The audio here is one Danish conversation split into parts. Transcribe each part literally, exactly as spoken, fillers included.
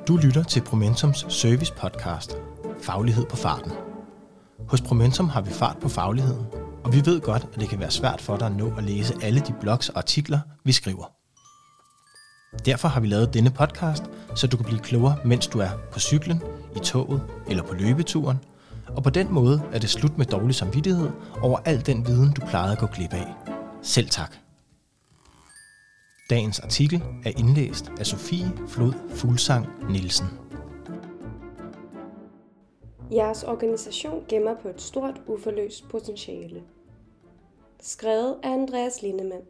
Du lytter til Promentums service podcast, Faglighed på farten. Hos Promentum har vi fart på fagligheden, og vi ved godt, at det kan være svært for dig at nå at læse alle de blogs og artikler, vi skriver. Derfor har vi lavet denne podcast, så du kan blive klogere, mens du er på cyklen, i toget eller på løbeturen, og på den måde er det slut med dårlig samvittighed over al den viden, du plejede at gå glip af. Selv tak. Dagens artikel er indlæst af Sofie Flod Fuglsang Nielsen. Jeres organisation gemmer på et stort, uforløst potentiale. Skrevet af Andreas Lindemann.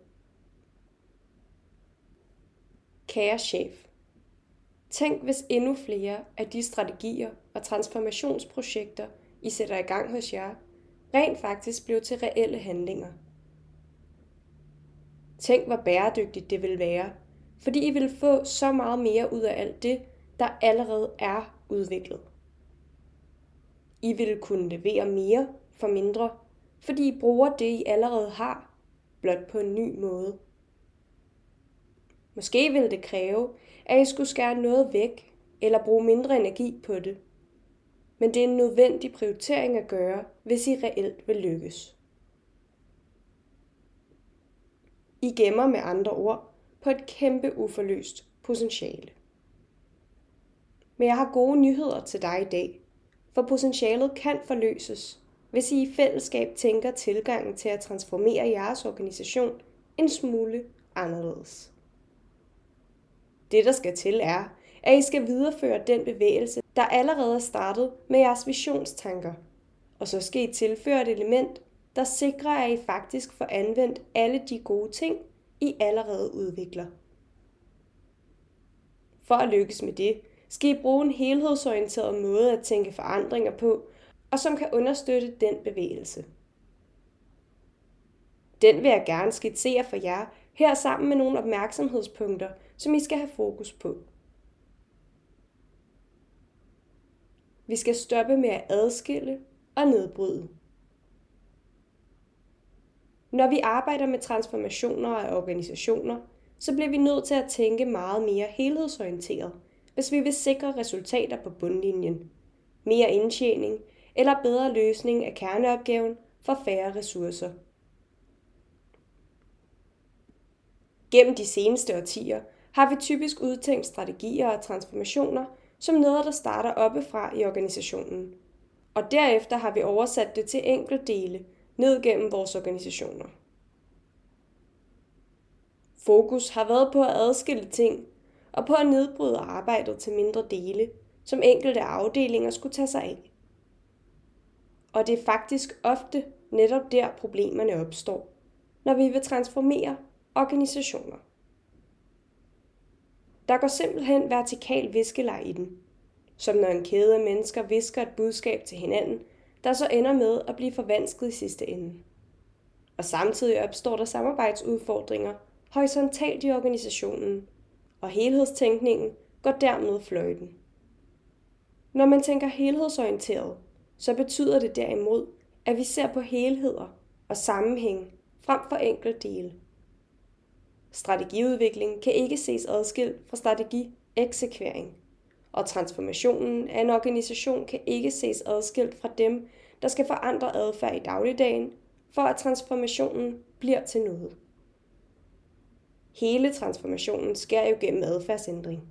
Kære chef. Tænk, hvis endnu flere af de strategier og transformationsprojekter, I sætter i gang hos jer, rent faktisk blev til reelle handlinger. Tænk, hvor bæredygtigt det vil være, fordi I vil få så meget mere ud af alt det, der allerede er udviklet. I vil kunne levere mere for mindre, fordi I bruger det, I allerede har, blot på en ny måde. Måske vil det kræve, at I skulle skære noget væk, eller bruge mindre energi på det. Men det er en nødvendig prioritering at gøre, hvis I reelt vil lykkes. I gemmer med andre ord på et kæmpe uforløst potentiale. Men jeg har gode nyheder til dig i dag, for potentialet kan forløses, hvis I i fællesskab tænker tilgangen til at transformere jeres organisation en smule anderledes. Det, der skal til, er, at I skal videreføre den bevægelse, der allerede er startet med jeres visionstanker, og så skal I tilføre et element, der sikrer, at I faktisk får anvendt alle de gode ting, I allerede udvikler. For at lykkes med det, skal I bruge en helhedsorienteret måde at tænke forandringer på, og som kan understøtte den bevægelse. Den vil jeg gerne skitsere for jer her sammen med nogle opmærksomhedspunkter, som I skal have fokus på. Vi skal stoppe med at adskille og nedbryde. Når vi arbejder med transformationer af organisationer, så bliver vi nødt til at tænke meget mere helhedsorienteret, hvis vi vil sikre resultater på bundlinjen, mere indtjening eller bedre løsning af kerneopgaven for færre ressourcer. Gennem de seneste årtier har vi typisk udtænkt strategier og transformationer som noget, der starter oppefra i organisationen, og derefter har vi oversat det til enkeltdele ned gennem vores organisationer. Fokus har været på at adskille ting og på at nedbryde arbejdet til mindre dele, som enkelte afdelinger skulle tage sig af. Og det er faktisk ofte netop der problemerne opstår, når vi vil transformere organisationer. Der går simpelthen vertikal viskeleg i den, som når en kæde af mennesker visker et budskab til hinanden, der så ender med at blive forvansket i sidste ende. Og samtidig opstår der samarbejdsudfordringer horisontalt i organisationen, og helhedstænkningen går dermed fløjten. Når man tænker helhedsorienteret, så betyder det derimod, at vi ser på helheder og sammenhæng frem for enkeltdele. Strategiudvikling kan ikke ses adskilt fra strategieksekvering, og transformationen af en organisation kan ikke ses adskilt fra dem, der skal forandre adfærd i dagligdagen, for at transformationen bliver til noget. Hele transformationen sker jo gennem adfærdsændring.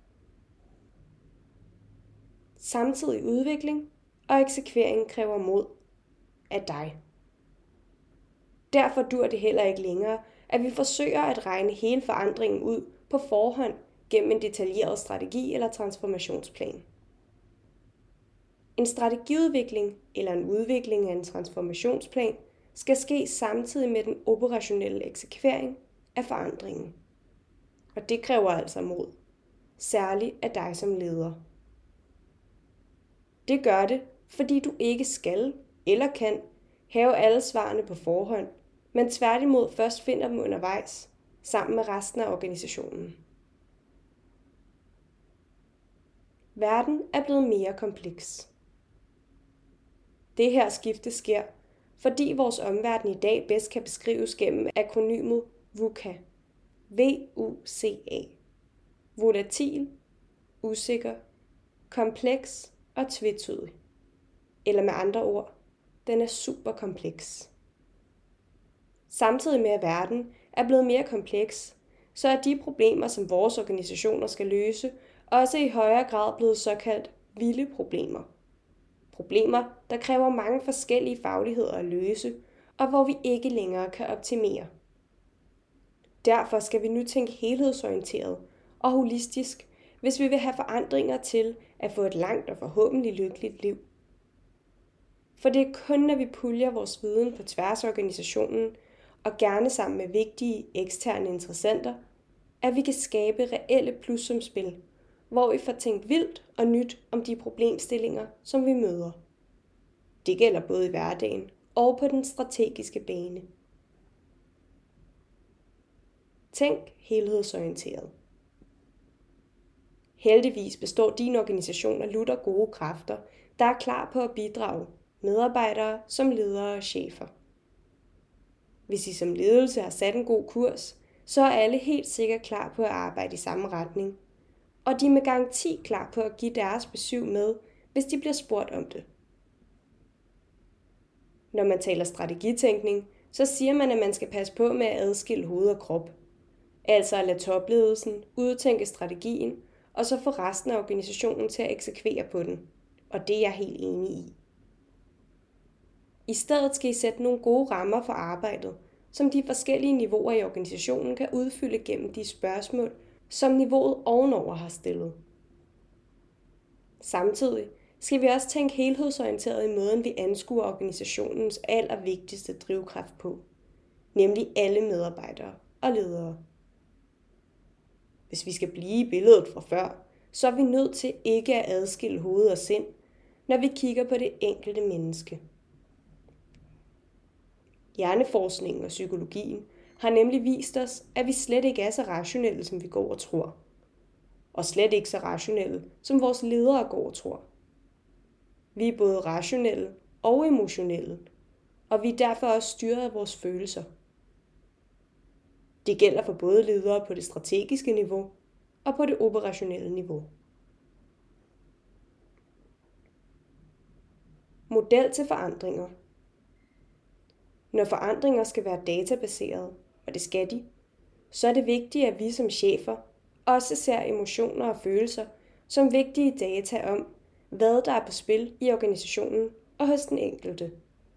Samtidig udvikling og eksekvering kræver mod af dig. Derfor dur det heller ikke længere, at vi forsøger at regne hele forandringen ud på forhånd gennem en detaljeret strategi eller transformationsplan. En strategiudvikling eller en udvikling af en transformationsplan skal ske samtidig med den operationelle eksekvering af forandringen. Og det kræver altså mod, særligt af dig som leder. Det gør det, fordi du ikke skal eller kan have alle svarene på forhånd, men tværtimod først finder dem undervejs, sammen med resten af organisationen. Verden er blevet mere kompleks. Det her skifte sker, fordi vores omverden i dag bedst kan beskrives gennem akronymet VUCA. V U C A. Volatil, usikker, kompleks og tvetydig. Eller med andre ord, den er super kompleks. Samtidig med at verden er blevet mere kompleks, så er de problemer, som vores organisationer skal løse, også i højere grad blevet såkaldt vilde problemer. Problemer, der kræver mange forskellige fagligheder at løse, og hvor vi ikke længere kan optimere. Derfor skal vi nu tænke helhedsorienteret og holistisk, hvis vi vil have forandringer til at få et langt og forhåbentlig lykkeligt liv. For det er kun, når vi puljer vores viden på tværs af organisationen, og gerne sammen med vigtige eksterne interessenter, at vi kan skabe reelle plussumspil, hvor vi får tænkt vildt og nyt om de problemstillinger, som vi møder. Det gælder både i hverdagen og på den strategiske bane. Tænk helhedsorienteret. Heldigvis består din organisation af lutter gode kræfter, der er klar på at bidrage, medarbejdere som ledere og chefer. Hvis I som ledelse har sat en god kurs, så er alle helt sikkert klar på at arbejde i samme retning, og de er med garanti klar på at give deres besyv med, hvis de bliver spurgt om det. Når man taler strategitænkning, så siger man, at man skal passe på med at adskille hoved og krop. Altså at lade topledelsen udtænke strategien, og så få resten af organisationen til at eksekvere på den. Og det er jeg helt enig i. I stedet skal I sætte nogle gode rammer for arbejdet, som de forskellige niveauer i organisationen kan udfylde gennem de spørgsmål, som niveauet ovenover har stillet. Samtidig skal vi også tænke helhedsorienteret i måden, vi anskuer organisationens allervigtigste drivkraft på, nemlig alle medarbejdere og ledere. Hvis vi skal blive i billedet fra før, så er vi nødt til ikke at adskille hoved og sind, når vi kigger på det enkelte menneske. Hjerneforskningen og psykologien har nemlig vist os, at vi slet ikke er så rationelle, som vi går og tror. Og slet ikke så rationelle, som vores ledere går og tror. Vi er både rationelle og emotionelle, og vi er derfor også styret af vores følelser. Det gælder for både ledere på det strategiske niveau og på det operationelle niveau. Model til forandringer. Når forandringer skal være databaserede, og det skal de, så er det vigtigt, at vi som chefer også ser emotioner og følelser som vigtige data om, hvad der er på spil i organisationen og hos den enkelte.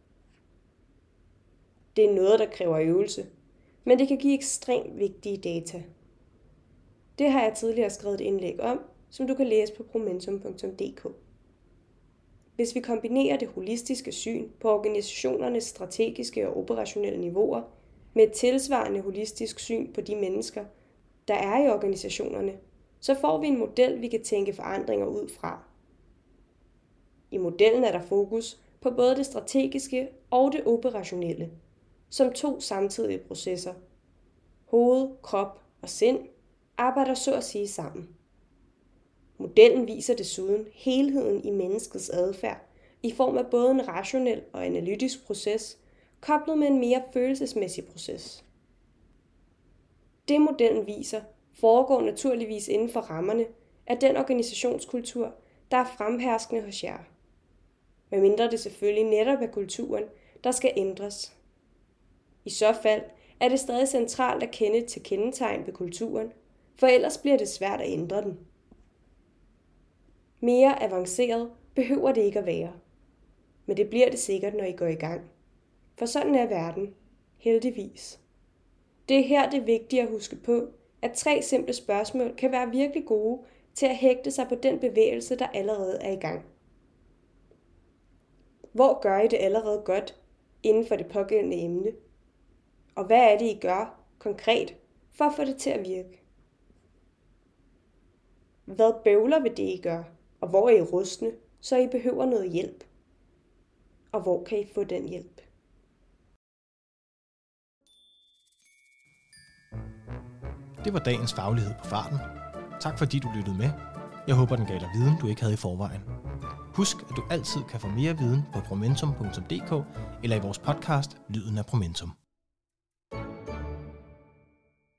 Det er noget, der kræver øvelse, men det kan give ekstremt vigtige data. Det har jeg tidligere skrevet et indlæg om, som du kan læse på promentum punktum d k. Hvis vi kombinerer det holistiske syn på organisationernes strategiske og operationelle niveauer med et tilsvarende holistisk syn på de mennesker, der er i organisationerne, så får vi en model, vi kan tænke forandringer ud fra. I modellen er der fokus på både det strategiske og det operationelle, som to samtidige processer. Hoved, krop og sind arbejder så at sige sammen. Modellen viser desuden helheden i menneskets adfærd i form af både en rationel og analytisk proces, koblet med en mere følelsesmæssig proces. Det modellen viser, foregår naturligvis inden for rammerne af den organisationskultur, der er fremherskende hos jer. Medmindre det selvfølgelig netop er kulturen, der skal ændres. I så fald er det stadig centralt at kende til kendetegn ved kulturen, for ellers bliver det svært at ændre den. Mere avanceret behøver det ikke at være. Men det bliver det sikkert, når I går i gang. For sådan er verden, heldigvis. Det er her det vigtige at huske på, at tre simple spørgsmål kan være virkelig gode til at hægte sig på den bevægelse, der allerede er i gang. Hvor gør I det allerede godt inden for det pågældende emne? Og hvad er det, I gør konkret for at få det til at virke? Hvad bøvler ved det, I gør? Og hvor er I rustne, så I behøver noget hjælp? Og hvor kan I få den hjælp? Det var dagens faglighed på farten. Tak fordi du lyttede med. Jeg håber, den gav dig viden, du ikke havde i forvejen. Husk, at du altid kan få mere viden på promentum punktum d k eller i vores podcast Lyden af Promentum.